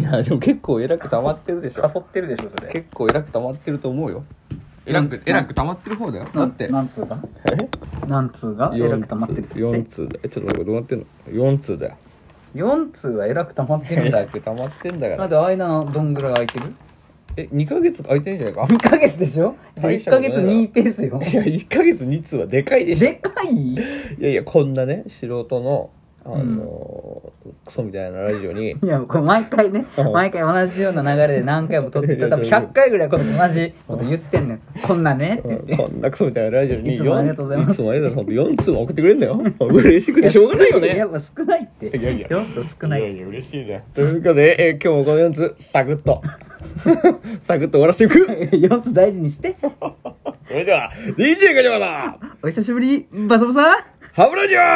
やでも結構偉く溜まってるでしょ。 かそってるでしょそれ。 結構偉く溜まってると思うよ。偉く溜まってる方だよ。だって何通が何通が偉く溜まってるっつって。 4通だよ。ちょっと待って、どうなってんの。4通だよ。 4通は偉く溜まってるんだ。 偉く溜まってんだから。 なんで間のどんぐらい空いてる 2ヶ月空いてんじゃないか。 2ヶ月でしょ。1ヶ月2ペースよ。 いや1ヶ月2通はでかいでしょ。 でかい。 いやいや、こんなね素人のクソみたいなラジオに、 いやこれ毎回ね、毎回同じような流れで何回も撮ってた。多分100回ぐらいこの同じこと言ってんねん。こんなねって言って、 こんなクソみたいなラジオにいつもありがとうございます。 いつもありがとうございます。4通も送ってくれんだよ。嬉しくてしょうがないよね。 やっぱ少ないって。 いやいや 4通少ない。 いやいや嬉しいね。ということで、今日もこの4通サクッとサクッと終わらせていく。 4つ大事にして。 それでは DJ ガチャバだ。 お久しぶりバサバサハブラジオ。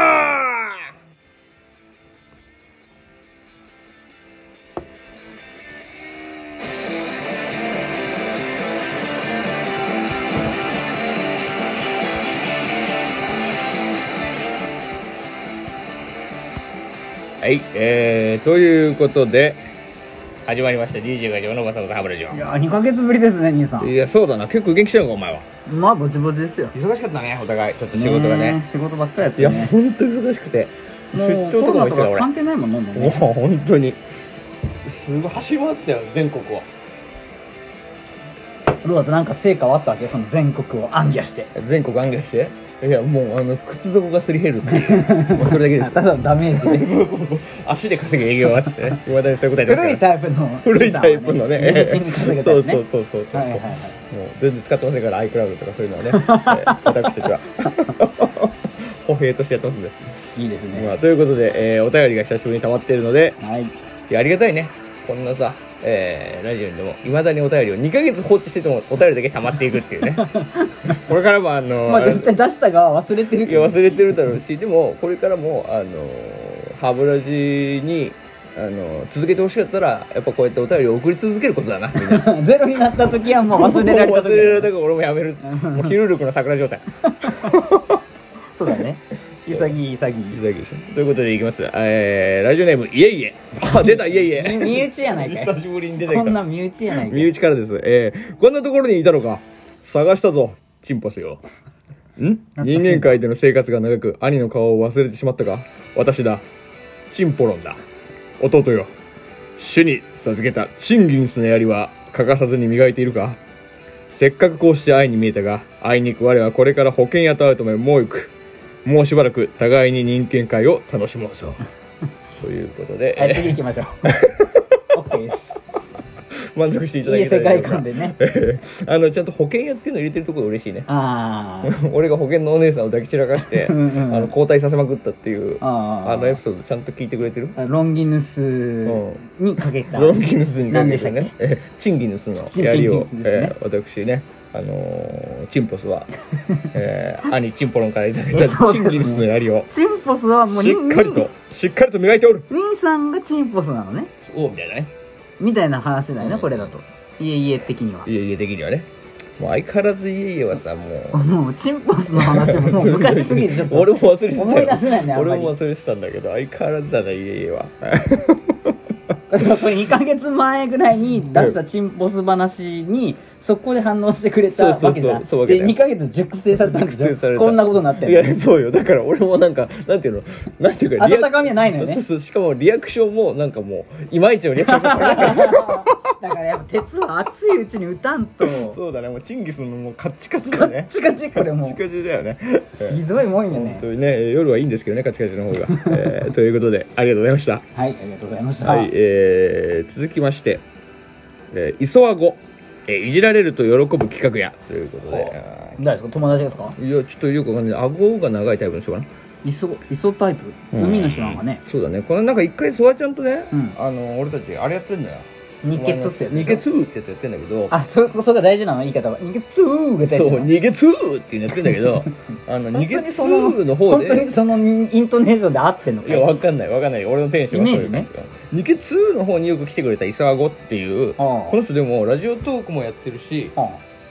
はい、ということで始まりました DJ ガチャバのバサバサハブラジオ。 いや2ヶ月ぶりですね兄さん。 いやそうだな、結構元気してるのかお前は。 まあぼちぼちですよ。 忙しかったね、お互いちょっと仕事がね。 仕事ばっかりやっていやね。 ほんと忙しくて、 もう出張とかもしてた俺。 関係ないもんねもうもうね。 本当にすごい走り回ったよ全国を。 どうだった、なんか成果はあったわけ、その全国を暗記して。 全国暗記して、いやもう靴底がすり減るっていうもうそれだけです。 ただのダメージで。 そうそうそう、足で稼ぐ営業はっつってね、いまだにそういうことやってますから。 古いタイプの古いタイプのね、 地道に稼ぐタイプね。 そうそうそうそう、 はいはいはい。 もう全然使ってませんから iCloud とかそういうのはね、私たちは歩兵としてやってますんで。 いいですね。 まあ、ということで、お便りが久しぶりに溜まっているので、 はい。 いやありがたいね。こんなさ、ラジオにでもいまだにお便りを2ヶ月放置しててもお便りだけ溜まっていくっていうね。これからもまあ絶対出した側忘れてるいや忘れてるだろうし、でもこれからもハブラジに続けてほしかったらやっぱこうやってお便りを送り続けることだなみんな。 ゼロになった時はもう忘れられた時。 忘れられたから俺もやめる。もうヒルルクの桜状態。 そうだね。潔い潔い。 ということでいきます。ラジオネームいえいえ。あ、出たいえいえ。 身内やないかい。 久しぶりに出てきた。 こんな身内やないかい。 身内からです。こんなところにいたのか。探したぞ。チンポスよ。人間界での生活が長く兄の顔を忘れてしまったか。私だ。チンポロンだ。弟よ。主に授けたチンギンスの槍は欠かさずに磨いているか。せっかくこうして会いに見えたが、あいにく我はこれから保険屋と会うためもう行く。もうしばらく互いに人間界を楽しもうぞ。ということで、 はい、次行きましょう。OK です。 満足していただいいけたら世界観でね。 ちゃんと保険屋っていうのを入れてるところ嬉しいね。 ああ。 俺が保険のお姉さんを抱き散らかして交代させまくったっていうエピソードちゃんと聞いてくれてる？ ロンギヌスにかけた。 ロンギヌスにかけて何でね、チンギヌスの槍をチンギヌスですね私ね、チンポスは兄チンポロンからいただいたチンギヌスの槍をチンポスはもうしっかりと磨いておる。 兄さんがチンポスなのね。 おうみたいなね。 みたいな話だよね、これだと。いえいえ的には。 いえいえ的にはね。もう相変わらずいえいえはさ、 もうチンポスの話ももう昔すぎてちょっと俺も忘れてたよ。 思い出せないね、あんまり。 俺も忘れてたんだけど、相変わらずだな、いえいえは。 これ2ヶ月前ぐらいに出したチンポス話にそこで反応してくれたわけじゃん。で2ヶ月熟成されたんですよ。こんなことになってる。 いやそうよ。だから俺もなんかなんていうか温かみはないのよね。 そうしかもリアクションもなんかもういまいちのリアクションだからやっぱ鉄は熱いうちに打たんと。 そうだね。もうチンギスのもうカッチカチだね。 カッチカチ、これもうカッチカチだよね。 ひどいもんよね。 本当にね、夜はいいんですけどね、カチカチの方が。ということでありがとうございました。 はい、ありがとうございました。 はい、続きまして、磯あご、いじられると喜ぶ企画やということで。 誰ですか、友達ですか？ いやちょっとよくわかんない。顎が長いタイプの人かな。 磯タイプ、海の人なんかね。 そうだね。このなんか一回ソワちゃんとね、俺たちあれやってんだよ。 二血ってやつ。 二血ってやつやってんだけど。 あ、それが大事なの、言い方は。二血が大事。 そう、二血っていうのやってんだけど、二血の方で。 本当にそのイントネーションで合ってんのか。 いや、わかんない。俺のテンションはそういうイメージね。 二血の方によく来てくれた磯あごっていう、この人でもラジオトークもやってるし、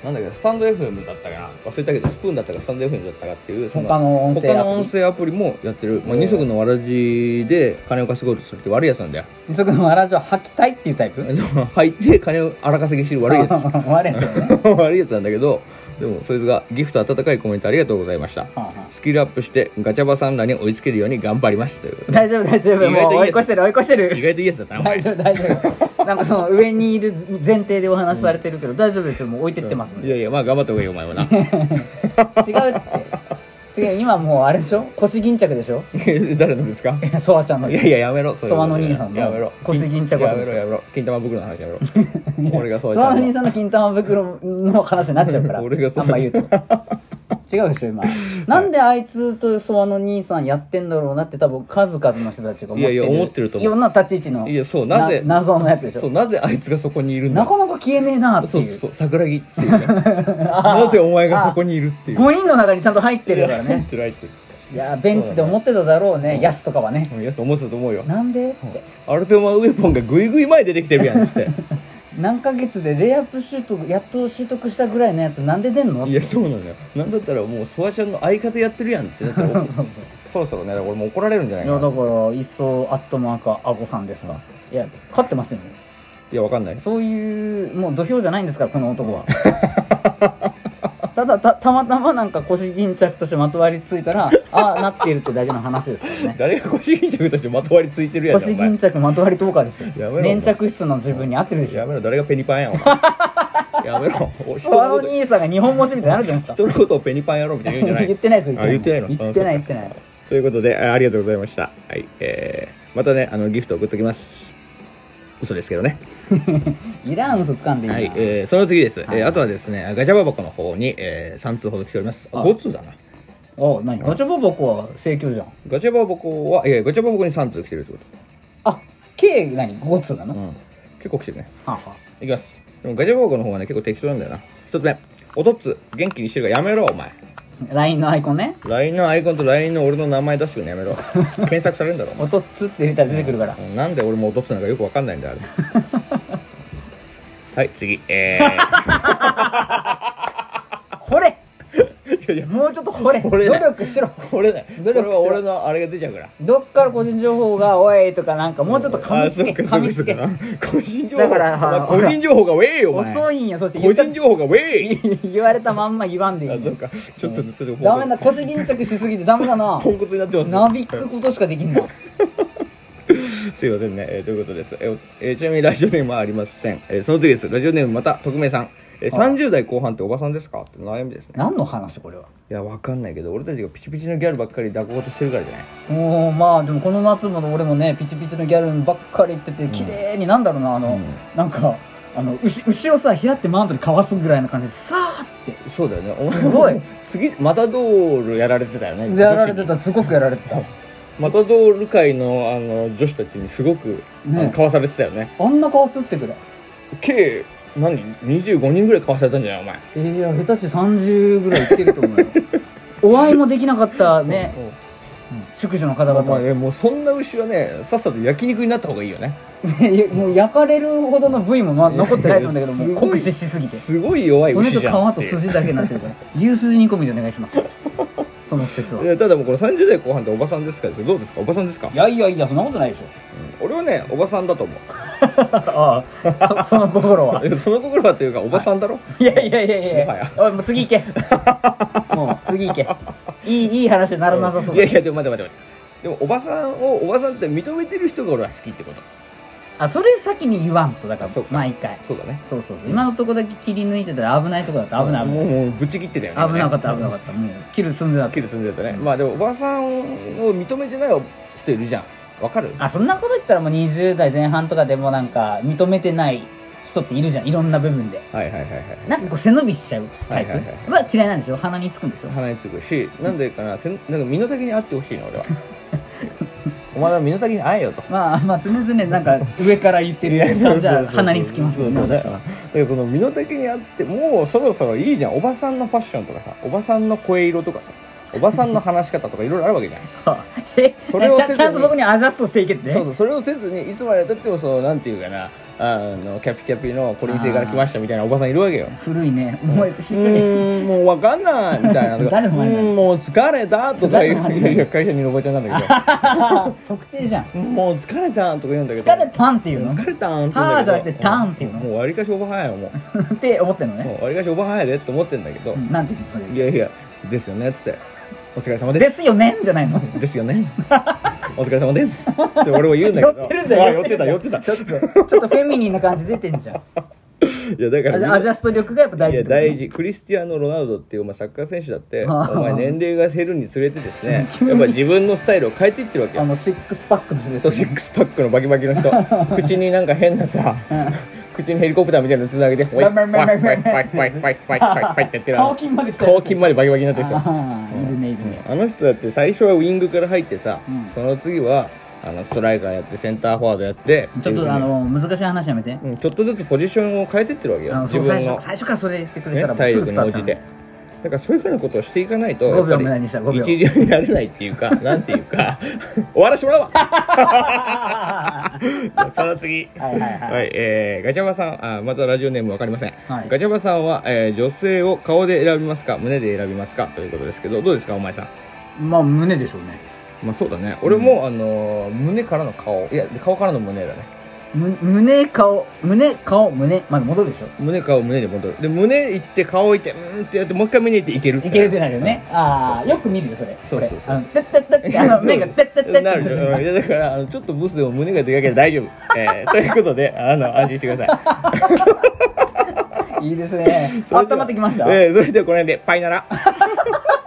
なんだけどスタンド FM だったかな忘れたけどスプーンだったかスタンド FM だったかっていう他の音声アプリもやってる、二足のわらじで金を稼ごうとするって悪いやつなんだよ。 二足のわらじを履きたいっていうタイプ履いて金を荒稼ぎしてる悪いやつ悪いやつだね悪いやつなんだけど、でもそいつがギフト温かいコメントありがとうございました、スキルアップしてガチャバさんらに追いつけるように頑張りますということで。 大丈夫大丈夫、もう追い越してる追い越してる。 意外とイエスだったな。 大丈夫大丈夫なんかその上にいる前提でお話しされてるけど、大丈夫ですよ、もう置いてってますんで。 いやいや、まあ頑張った方がいいよお前はな違うって違う、今もうあれでしょ、腰巾着でしょ誰のですかソワちゃんの。 いやいや、やめろ。 ソワの兄さんの腰巾着。 やめろやめろ、金玉袋の話やめろ俺がソワちゃんの。ソワの兄さんの金玉袋の話になっちゃうから俺があんま言うと違うでしょ今なんであいつとソワの兄さんやってんだろうなって多分数々の人たちが思ってる。 いやいや思ってると思う。 いろんな立ち位置の。 いやそう、なぜ謎のやつでしょ。 そう、なぜあいつがそこにいるんだ。 なかなか消えねえなっていう。 そう桜木っていうねなぜお前がそこにいるっていう。 5人の中にちゃんと入ってるからね。 入ってる入ってる。 いやベンチで思ってただろうね、ヤスとかはね。 ヤス思ってたと思うよ。 なんでってアルティマウェポンがグイグイ前出てきてるやんっつって何ヶ月でレイアップシュートやっと習得したぐらいのやつなんで出んの。 いやそうなのよ。なんだったらもうソワちゃんの相方やってるやんってなってそろそろね、俺も怒られるんじゃないかな。 いやだから一層アットマークアゴさんですが、いや勝ってますよね。 いやわかんない。 そういうもう土俵じゃないんですからこの男はただたまたまなんか腰巾着としてまとわりついたらああなっているってだけの話ですからね誰が腰巾着としてまとわりついてるやん。 腰巾着まとわり10日ですよ。 やめろ粘着質の自分に合ってるでしょ。 やめろ、誰がペニパンやんお前やめろ。 ソワの兄さんが日本文字みたいになるじゃないですか。 人のことをペニパンやろうみたいな言うんじゃない言ってないですよ。 言ってないの。 言ってない言ってない。 ということでありがとうございました。はい、またねギフト送っときます。嘘ですけどねいらん嘘つかんでいいな。 はい、その次です、あとはですねガチャバ箱の方に、3通ほど来ております。5通だな。 何ガチャバ箱は盛況じゃん。 ガチャバ箱はガチャバ箱に3通来てるってこと。計5通だな、 結構来てるね。 はあはあ、 いきます。でもガチャバ箱の方はね結構適当なんだよな。1つ目、おとっつ元気にしてるからやめろお前。 LINE のアイコンね。 LINE のアイコンと LINE の俺の名前出すのやめろ検索されるんだろおとっつって入れたら出てくるから、 なんで俺もおとっつなんかよくわかんないんだよあれはい次ほれいやもうちょっとほれ努力しろ。 これね、これは俺のあれが出ちゃうから。 どっから個人情報がおいとかなんかもうちょっと噛みつけ噛みつけ個人情報だから個人情報がウェイよお前。 遅いんや。そして個人情報がウェイ言われたまんま言わんでいい。 そうかちょっとそれダメだ、腰巾着しすぎてダメだな。 ポンコツになってます。 なびくことしかできんなすいませんね、ということです。ちなみにラジオネームはありません。その次です。ラジオネームまた匿名さん。30代後半っておばさんですかって悩みですね。 何の話これは。 いやわかんないけど俺たちがピチピチのギャルばっかり抱こうとしてるからじゃない。 まあでもこの夏も俺もねピチピチのギャルばっかり言ってて綺麗になんだろうななんか後ろさひらってマウントにかわすぐらいな感じでさーって。 そうだよね。 すごい次マタドールやられてたよね。 やられてた、すごくやられてたマタドール界の女子たちにすごくかわされてたよね。 あんなかわすってくらい計25人ぐらいかわされたんじゃないお前。 いや下手して30ぐらいいってると思うよお会いもできなかったね宿女の方々は。 もうそんな牛はねさっさと焼肉になった方がいいよねもう焼かれるほどの部位も残ってないと思うんだけどもう酷使しすぎてすごい弱い牛じゃん。 骨と皮と筋だけになってるから牛筋煮込みでお願いしますその説は。 いやただもうこの30代後半っておばさんですかですよ。どうですかおばさんですか。 いやそんなことないでしょ、 俺はねおばさんだと思うああその心はその心はというかおばさんだろ、 いやおいもう次行けもう次行けいい話にならなさそうだ。 いやでも待ってでもおばさんって認めてる人が俺は好きってこと。 それ先に言わんとだから毎回。 そうだね。 そう今のとこだけ切り抜いてたら危ないとこだった危ないもうぶち切ってたよね。 危なかったもう切る寸前だったね。まあでもおばさんを認めてない人いるじゃん。わかる？ そんなこと言ったらもう20代前半とかでもなんか認めてない人っているじゃん、いろんな部分で。なんかこう背伸びしちゃうタイプは嫌いなんですよ。鼻につくんですよ。 鼻につくし、なんでかな、なんか身の丈にあってほしいの俺はお前は身の丈に会えよと。 まあ常々なんか上から言ってるやつはじゃあ鼻につきますけどね。 だからその身の丈にあってもうそろそろいいじゃん。おばさんのファッションとかさ、おばさんの声色とかさ、 おばさんの話し方とかいろいろあるわけじゃん。 それをちゃんとそこにアジャストしていけって。 そうそう、それをせずにいつまでたってもなんていうかな、キャピキャピのコリン星から来ましたみたいなおばさんいるわけよ。 古いね、もう知ってる。 もう分かんないみたいなとか、もう疲れたとかいう、いや会社にいるおばちゃんなんだけど、 特定じゃん。 もう疲れたとか言うんだけど、 疲れたんっていうの、 疲れたんってはーじゃなくてたんっていうの、 もうわりかしおばはんやよ、もうって思ってんのね。 わりかしおばはんやでって思ってんだけど、 なんて言うのそれ。 いやいやですよねっつって、お疲れ様です。 ですよねじゃないの。 ですよね。お疲れ様です。って俺は言うんだけど。 寄ってるじゃん。 寄ってた寄ってた。 ちょっとフェミニンな感じ出てんじゃん。 いやだからアジャスト力がやっぱ大事。 いや大事。クリスティアーノ・ロナウドっていうサッカー選手だってお前年齢が減るにつれてですね、やっぱ自分のスタイルを変えていってるわけよ。 シックスパックの人ですね。そうシックスパックのバキバキの人。口になんか変なさ。口にヘリコプターみたいなのつなげて、ワイワイワイワイワイワイワイワイワイってやってる。 顔筋まで顔筋までバキバキになってる人。 いるねいるね。 あの人だって最初はウィングから入ってさ、その次はストライカーやってセンターフォワードやって、 ちょっと難しい話やめて。 ちょっとずつポジションを変えてってるわけよ。自分の最初からそれ言ってくれたら体力に応じて。だからそういうふうなことをしていかないと 5秒無駄にした5秒一流になれないっていうか、なんていうか終わらしてもらうわ。その次、ガチャバさん、またラジオネームわかりません。ガチャバさんは女性を顔で選びますか胸で選びますかということですけど、どうですかお前さん。 まあ胸でしょうね。 まあそうだね。俺も胸からの顔、いや顔からの胸だね。 胸顔胸まだ戻るでしょ。 胸顔胸で戻る。で胸行って顔行ってってやってもう一回胸行っていけるってなるよね。ああよく見るよそれ。 そうそうそう。 てってってって目がてってってってなる。 いやだからちょっとブスでも胸がでかければ大丈夫。ということで安心してください。 いいですね。温まってきました。 それではこの辺でパイナラ。